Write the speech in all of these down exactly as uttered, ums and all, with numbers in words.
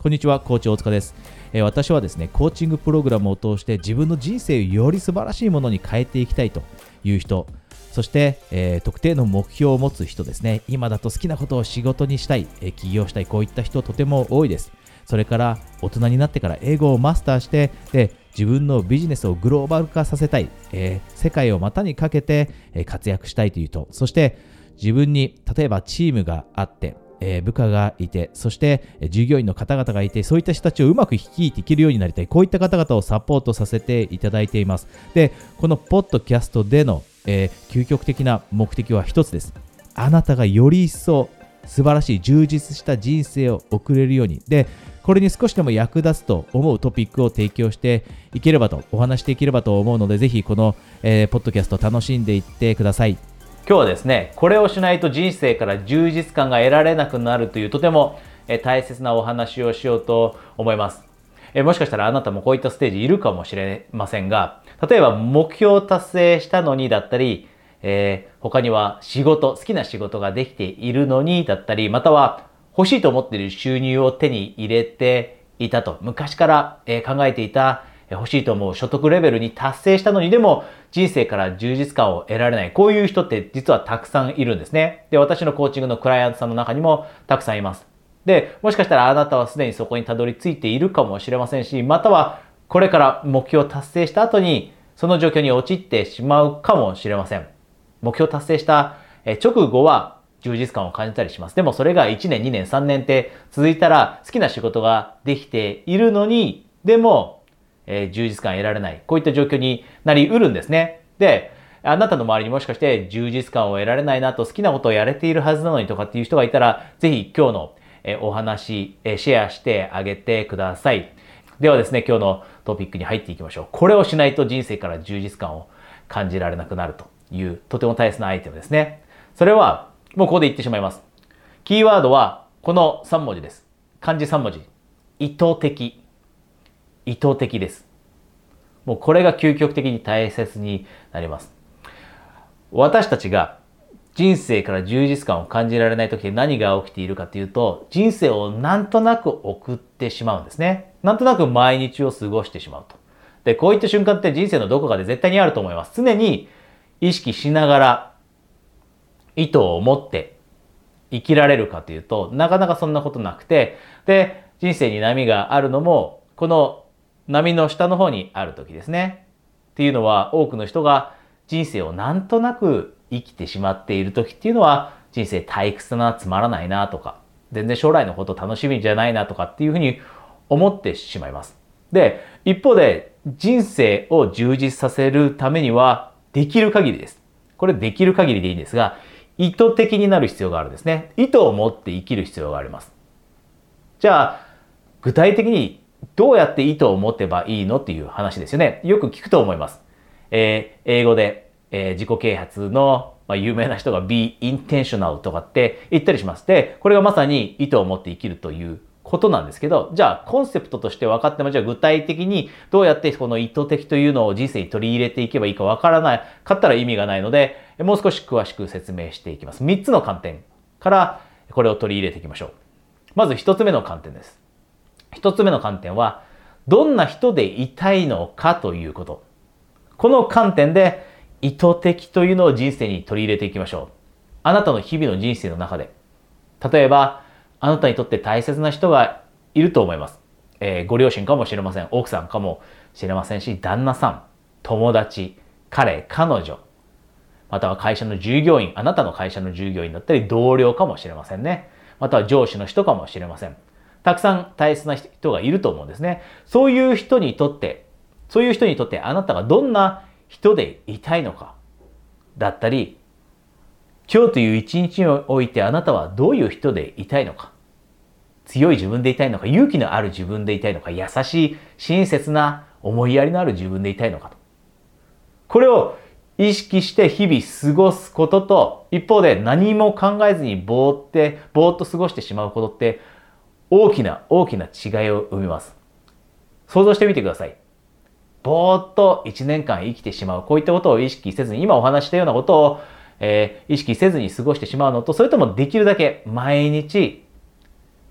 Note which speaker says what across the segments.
Speaker 1: こんにちは、コーチ大塚です。えー、私はですね、コーチングプログラムを通して自分の人生をより素晴らしいものに変えていきたいという人、そして、えー、特定の目標を持つ人ですね。今だと好きなことを仕事にしたい、えー、起業したい、こういった人とても多いです。それから大人になってから英語をマスターして、で自分のビジネスをグローバル化させたい、えー、世界を股にかけて、えー、活躍したいという人、そして自分に例えばチームがあって、えー、部下がいて、そして従業員の方々がいて、そういった人たちをうまく率いていけるようになりたい、こういった方々をサポートさせていただいています。で、このポッドキャストでの、えー、究極的な目的は一つです。あなたがより一層素晴らしい充実した人生を送れるように、でこれに少しでも役立つと思うトピックを提供していければと、お話していければと思うので、ぜひこの、えー、ポッドキャスト楽しんでいってください。今日はですね、これをしないと人生から充実感が得られなくなるというとても、えー、大切なお話をしようと思います。えー、もしかしたらあなたもこういったステージいるかもしれませんが、例えば目標を達成したのにだったり、えー、他には仕事、好きな仕事ができているのにだったり、または欲しいと思っている収入を手に入れていたと、昔から、えー、考えていた欲しいと思う所得レベルに達成したのにでも人生から充実感を得られない、こういう人って実はたくさんいるんですね。で、私のコーチングのクライアントさんの中にもたくさんいます。で、もしかしたらあなたはすでにそこにたどり着いているかもしれませんし、またはこれから目標を達成した後にその状況に陥ってしまうかもしれません。目標を達成した直後は充実感を感じたりします。でもそれがいちねん、にねん、さんねんって続いたら好きな仕事ができているのに、でもえー、充実感得られない。こういった状況になりうるんですね。で、あなたの周りにもしかして充実感を得られないなと、好きなことをやれているはずなのにとかっていう人がいたら、ぜひ今日の、えー、お話、えー、シェアしてあげてください。ではですね、今日のトピックに入っていきましょう。これをしないと人生から充実感を感じられなくなるという、とても大切なアイテムですね。それは、もうここで言ってしまいます。キーワードはこのさん文字です。漢字さん文字。意図的。意図的です。もうこれが究極的に大切になります。私たちが人生から充実感を感じられない時に何が起きているかというと、人生をなんとなく送ってしまうんですね。なんとなく毎日を過ごしてしまうと。で、こういった瞬間って人生のどこかで絶対にあると思います。常に意識しながら意図を持って生きられるかというと、なかなかそんなことなくて、で、人生に波があるのも、この波の下の方にある時ですね。っていうのは、多くの人が人生をなんとなく生きてしまっている時っていうのは、人生退屈だな、つまらないなとか、全然将来のこと楽しみじゃないなとかっていうふうに思ってしまいます。で、一方で人生を充実させるためにはできる限りです。これできる限りでいいんですが、意図的になる必要があるんですね。意図を持って生きる必要があります。じゃあ、具体的にどうやって意図を持てばいいのっていう話ですよね。よく聞くと思います。えー、英語で、えー、自己啓発の、まあ、有名な人が be intentional とかって言ったりします。で、これがまさに意図を持って生きるということなんですけど、じゃあコンセプトとして分かっても、じゃあ具体的にどうやってこの意図的というのを人生に取り入れていけばいいか分からないかったら意味がないので、もう少し詳しく説明していきます。みっつの観点からこれを取り入れていきましょう。まずひとつめの観点です。一つ目の観点は、どんな人でいたいのかということ。この観点で意図的というのを人生に取り入れていきましょう。あなたの日々の人生の中で、例えば、あなたにとって大切な人がいると思います。えー、ご両親かもしれません。奥さんかもしれませんし、旦那さん、友達、彼、彼女、または会社の従業員、あなたの会社の従業員だったり同僚かもしれませんね。または上司の人かもしれません。たくさん大切な人がいると思うんですね。そういう人にとって、そういう人にとってあなたがどんな人でいたいのか、だったり、今日という一日においてあなたはどういう人でいたいのか、強い自分でいたいのか、勇気のある自分でいたいのか、優しい、親切な、思いやりのある自分でいたいのかと。これを意識して日々過ごすことと、一方で何も考えずにぼーって、ぼーっと過ごしてしまうことって、大きな大きな違いを生みます。想像してみてください。ぼーっといちねんかん生きてしまう。こういったことを意識せずに、今お話したようなことを、えー、意識せずに過ごしてしまうのと、それともできるだけ毎日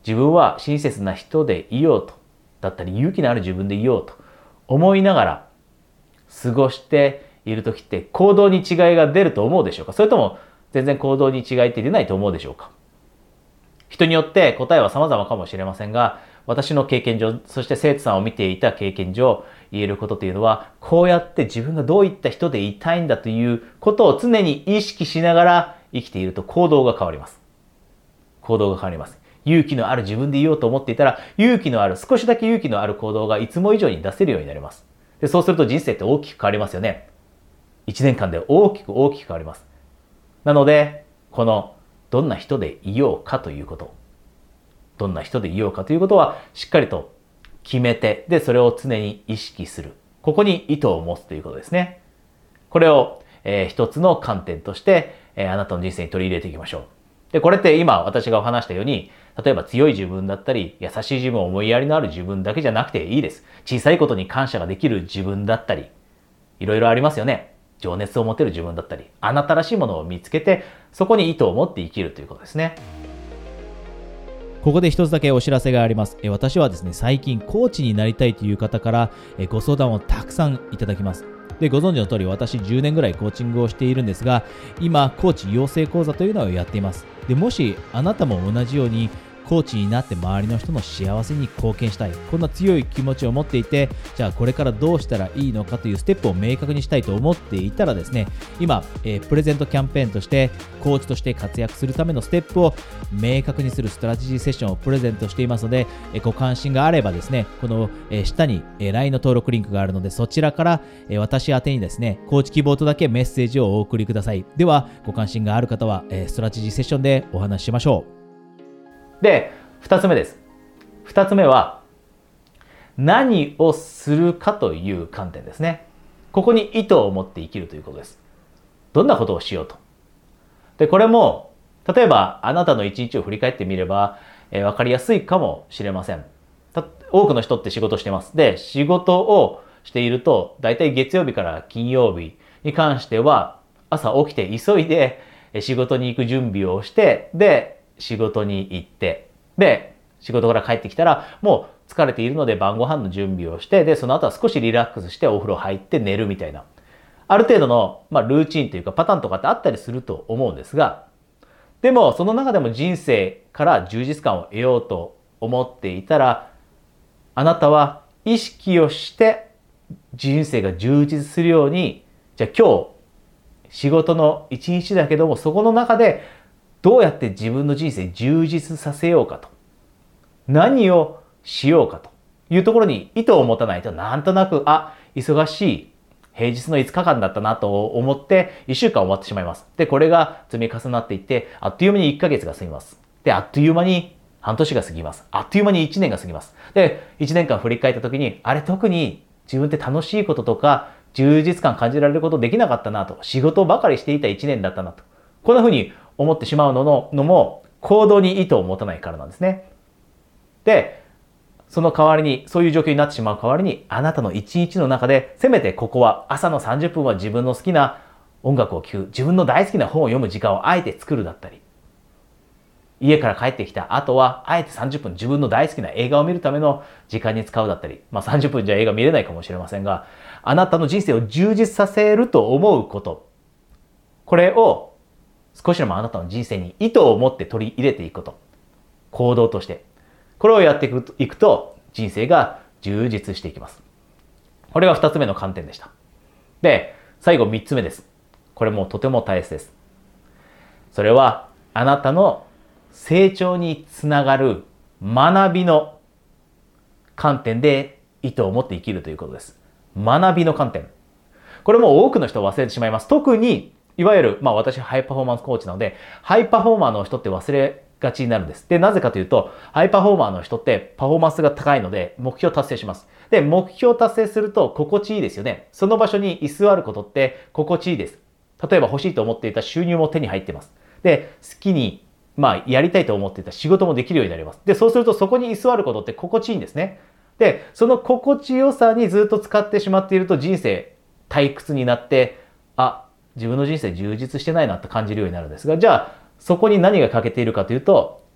Speaker 1: 自分は親切な人でいようと、だったり勇気のある自分でいようと思いながら過ごしている時って行動に違いが出ると思うでしょうか？それとも全然行動に違いって出ないと思うでしょうか？人によって答えは様々かもしれませんが、私の経験上、そして生徒さんを見ていた経験上、言えることというのは、こうやって自分がどういった人でいたいんだということを常に意識しながら生きていると行動が変わります。行動が変わります。勇気のある自分でいようと思っていたら、勇気のある、少しだけ勇気のある行動がいつも以上に出せるようになります。で、そうすると人生って大きく変わりますよね。一年間で大きく大きく変わります。なので、このどんな人でいようかということ、どんな人でいようかということはしっかりと決めて、で、それを常に意識する。ここに意図を持つということですね。これを、えー、一つの観点として、えー、あなたの人生に取り入れていきましょう。で、これって今私がお話したように、例えば強い自分だったり、優しい自分、思いやりのある自分だけじゃなくていいです。小さいことに感謝ができる自分だったり、いろいろありますよね。情熱を持てる自分だったり、あなたらしいものを見つけて、そこに意図を持って生きるということですね。ここで一つだけお知らせがあります。私はですね、最近コーチになりたいという方からご相談をたくさんいただきます。で、ご存知の通り私じゅうねんぐらいコーチングをしているんですが、今、コーチ養成講座というのをやっています。で、もしあなたも同じようにコーチになって周りの人の幸せに貢献したい、こんな強い気持ちを持っていて、じゃあこれからどうしたらいいのかというステップを明確にしたいと思っていたらですね、今、えー、プレゼントキャンペーンとしてコーチとして活躍するためのステップを明確にするストラテジーセッションをプレゼントしていますので、えー、ご関心があればですね、この、えー、下に、えー、ライン の登録リンクがあるので、そちらから、えー、私宛てにですね、コーチ希望とだけメッセージをお送りください。では、ご関心がある方は、えー、ストラテジーセッションでお話ししましょう。で、二つ目です。二つ目は、何をするかという観点ですね。ここに意図を持って生きるということです。どんなことをしようと。で、これも、例えば、あなたの一日を振り返ってみれば、えー、わかりやすいかもしれません。多くの人って仕事してます。で、仕事をしていると、だいたい月曜日から金曜日に関しては、朝起きて急いで仕事に行く準備をして、で、仕事に行って、で、仕事から帰ってきたら、もう疲れているので晩ご飯の準備をして、で、その後は少しリラックスしてお風呂入って寝るみたいな。ある程度の、まあ、ルーチンというかパターンとかってあったりすると思うんですが、でも、その中でも人生から充実感を得ようと思っていたら、あなたは意識をして人生が充実するように、じゃあ今日、仕事の一日だけども、そこの中で、どうやって自分の人生充実させようかと。何をしようかというところに意図を持たないと、なんとなく、あ、忙しい平日のいつかかんだったなと思っていっしゅうかん終わってしまいます。で、これが積み重なっていって、あっという間にいっかげつが過ぎます。で、あっという間に半年が過ぎます。あっという間にいちねんが過ぎます。で、いちねんかん振り返った時に、あれ特に自分って楽しいこととか充実感感じられることできなかったなと、仕事ばかりしていたいちねんだったなと。こんな風に思ってしまうのののも行動に意図を持たないからなんですね。で、その代わりに、そういう状況になってしまう代わりに、あなたの一日の中で、せめてここは朝のさんじゅっぷんは自分の好きな音楽を聴く、自分の大好きな本を読む時間をあえて作るだったり、家から帰ってきた後は、あえてさんじゅっぷん自分の大好きな映画を見るための時間に使うだったり、まあさんじゅっぷんじゃ映画見れないかもしれませんが、あなたの人生を充実させると思うこと、これを少しでもあなたの人生に意図を持って取り入れていくこと。行動として。これをやっていくと人生が充実していきます。これが二つ目の観点でした。で、最後三つ目です。これもとても大切です。それはあなたの成長につながる学びの観点で意図を持って生きるということです。学びの観点。これも多くの人は忘れてしまいます。特にいわゆる、まあ私ハイパフォーマンスコーチなので、ハイパフォーマーの人って忘れがちになるんです。で、なぜかというと、ハイパフォーマーの人ってパフォーマンスが高いので、目標達成します。で、目標達成すると心地いいですよね。その場所に居座ることって心地いいです。例えば欲しいと思っていた収入も手に入っています。で、好きに、まあやりたいと思っていた仕事もできるようになります。で、そうするとそこに居座ることって心地いいんですね。で、その心地よさにずっと使ってしまっていると人生退屈になって、あ、自分の人生充実してないなって感じるようになるんですが、じゃあそこに何が欠けているかというと、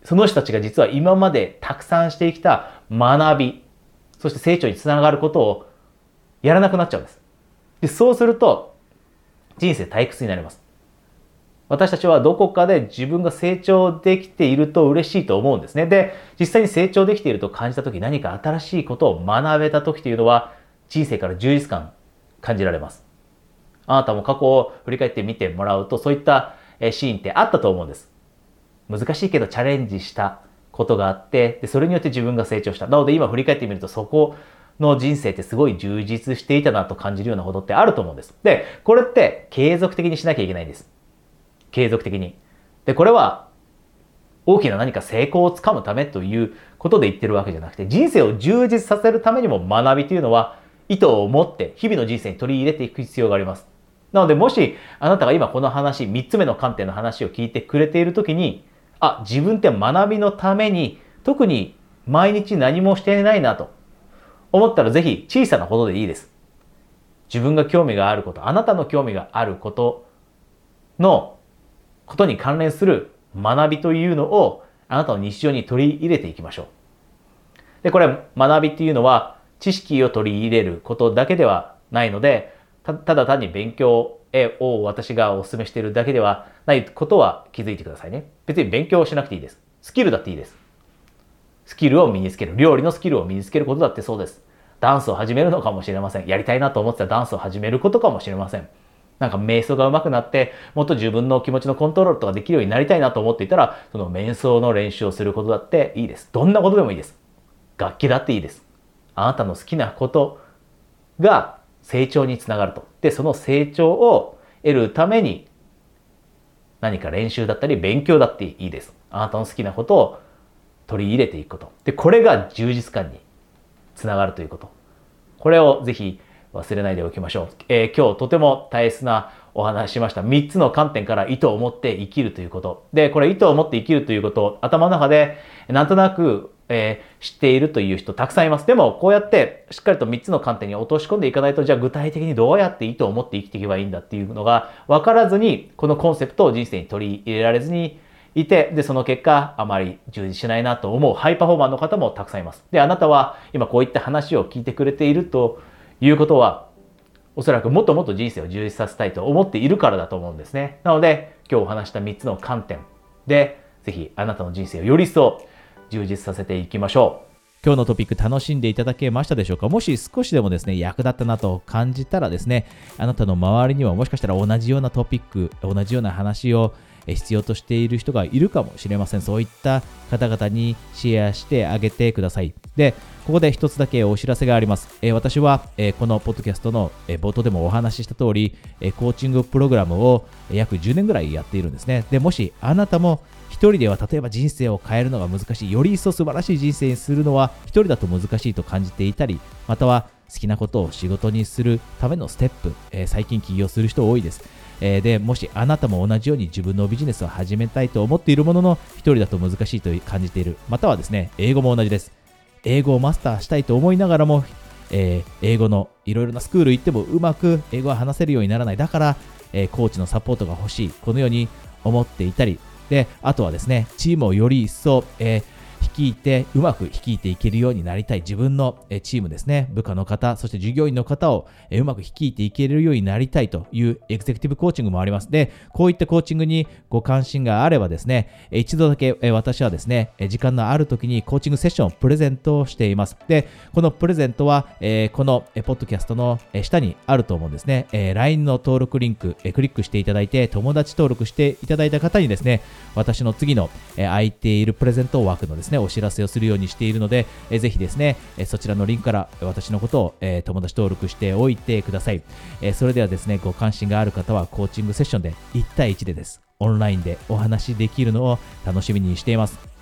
Speaker 1: その人たちが実は今までたくさんしてきた学び、そして成長につながることをやらなくなっちゃうんです。で、そうすると人生退屈になります。私たちはどこかで自分が成長できていると嬉しいと思うんですね。で、実際に成長できていると感じたとき、何か新しいことを学べたときというのは、人生から充実感感じられます。あなたも過去を振り返ってみてもらうと、そういったシーンってあったと思うんです。難しいけどチャレンジしたことがあって、でそれによって自分が成長した。なので今振り返ってみると、そこの人生ってすごい充実していたなと感じるようなことってあると思うんです。で、これって継続的にしなきゃいけないんです。継続的に。で、これは大きな何か成功をつかむためということで言ってるわけじゃなくて、人生を充実させるためにも学びというのは意図を持って日々の人生に取り入れていく必要があります。なので、もしあなたが今この話、みっつめの観点の話を聞いてくれているときに、あ、自分って学びのために特に毎日何もしていないなと思ったら、ぜひ小さなことでいいです。自分が興味があること、あなたの興味があることのことに関連する学びというのをあなたの日常に取り入れていきましょう。で、これ学びっていうのは知識を取り入れることだけではないので、た, ただ単に勉強を私がお勧めしているだけではないことは気づいてくださいね。別に勉強をしなくていいです。スキルだっていいです。スキルを身につける。料理のスキルを身につけることだってそうです。ダンスを始めるのかもしれません。やりたいなと思ってたダンスを始めることかもしれません。なんか瞑想が上手くなって、もっと自分の気持ちのコントロールとかできるようになりたいなと思っていたら、その瞑想の練習をすることだっていいです。どんなことでもいいです。楽器だっていいです。あなたの好きなことが成長につながると。で、その成長を得るために何か練習だったり勉強だっていいです。あなたの好きなことを取り入れていくこと。で、これが充実感につながるということ。これをぜひ忘れないでおきましょう。えー、今日とても大切なお話ししました。みっつの観点から意図を持って生きるということ。で、これ意図を持って生きるということを頭の中でなんとなく、えー、知っているという人たくさんいます。でもこうやってしっかりとみっつの観点に落とし込んでいかないと、じゃあ具体的にどうやって意図を持って生きていけばいいんだっていうのが分からずに、このコンセプトを人生に取り入れられずにいて、で、その結果、あまり充実しないなと思うハイパフォーマーの方もたくさんいます。で、あなたは今こういった話を聞いてくれているということは、おそらくもっともっと人生を充実させたいと思っているからだと思うんですね。なので、今日お話したみっつの観点で、ぜひあなたの人生をより一層充実させていきましょう。今日のトピック楽しんでいただけましたでしょうか。もし少しでもですね、役立ったなと感じたらですね、あなたの周りにはもしかしたら同じようなトピック、同じような話を必要としている人がいるかもしれません。そういった方々にシェアしてあげてください。で、ここで一つだけお知らせがあります。えー、私は、えー、このポッドキャストの、えー、冒頭でもお話しした通り、えー、コーチングプログラムを約じゅうねんぐらいやっているんですね。で、もしあなたも一人では例えば人生を変えるのが難しい、より一層素晴らしい人生にするのは一人だと難しいと感じていたり、または好きなことを仕事にするためのステップ、えー、最近起業する人多いです。えー、で、もしあなたも同じように自分のビジネスを始めたいと思っているものの、一人だと難しいと感じている。またはですね、英語も同じです。英語をマスターしたいと思いながらも、えー、英語のいろいろなスクール行ってもうまく英語が話せるようにならない。だから、えー、コーチのサポートが欲しい。このように思っていたり、で、あとはですね、チームをより一層、えー率いてうまく率いていけるようになりたい、自分のチームですね、部下の方、そして従業員の方をうまく率いていけるようになりたいというエグゼクティブコーチングもあります。で、こういったコーチングにご関心があればですね、一度だけ私はですね、時間のある時にコーチングセッションをプレゼントしています。で、このプレゼントはこのポッドキャストの下にあると思うんですね。 ライン の登録リンククリックしていただいて、友達登録していただいた方にですね、私の次の空いているプレゼント枠のですね、お知らせをするようにしているので、えー、ぜひですね、えー、そちらのリンクから私のことを、えー、友達登録しておいてください。えー、それではですね、ご関心がある方はコーチングセッションでいち対いちでです。オンラインでお話しできるのを楽しみにしています。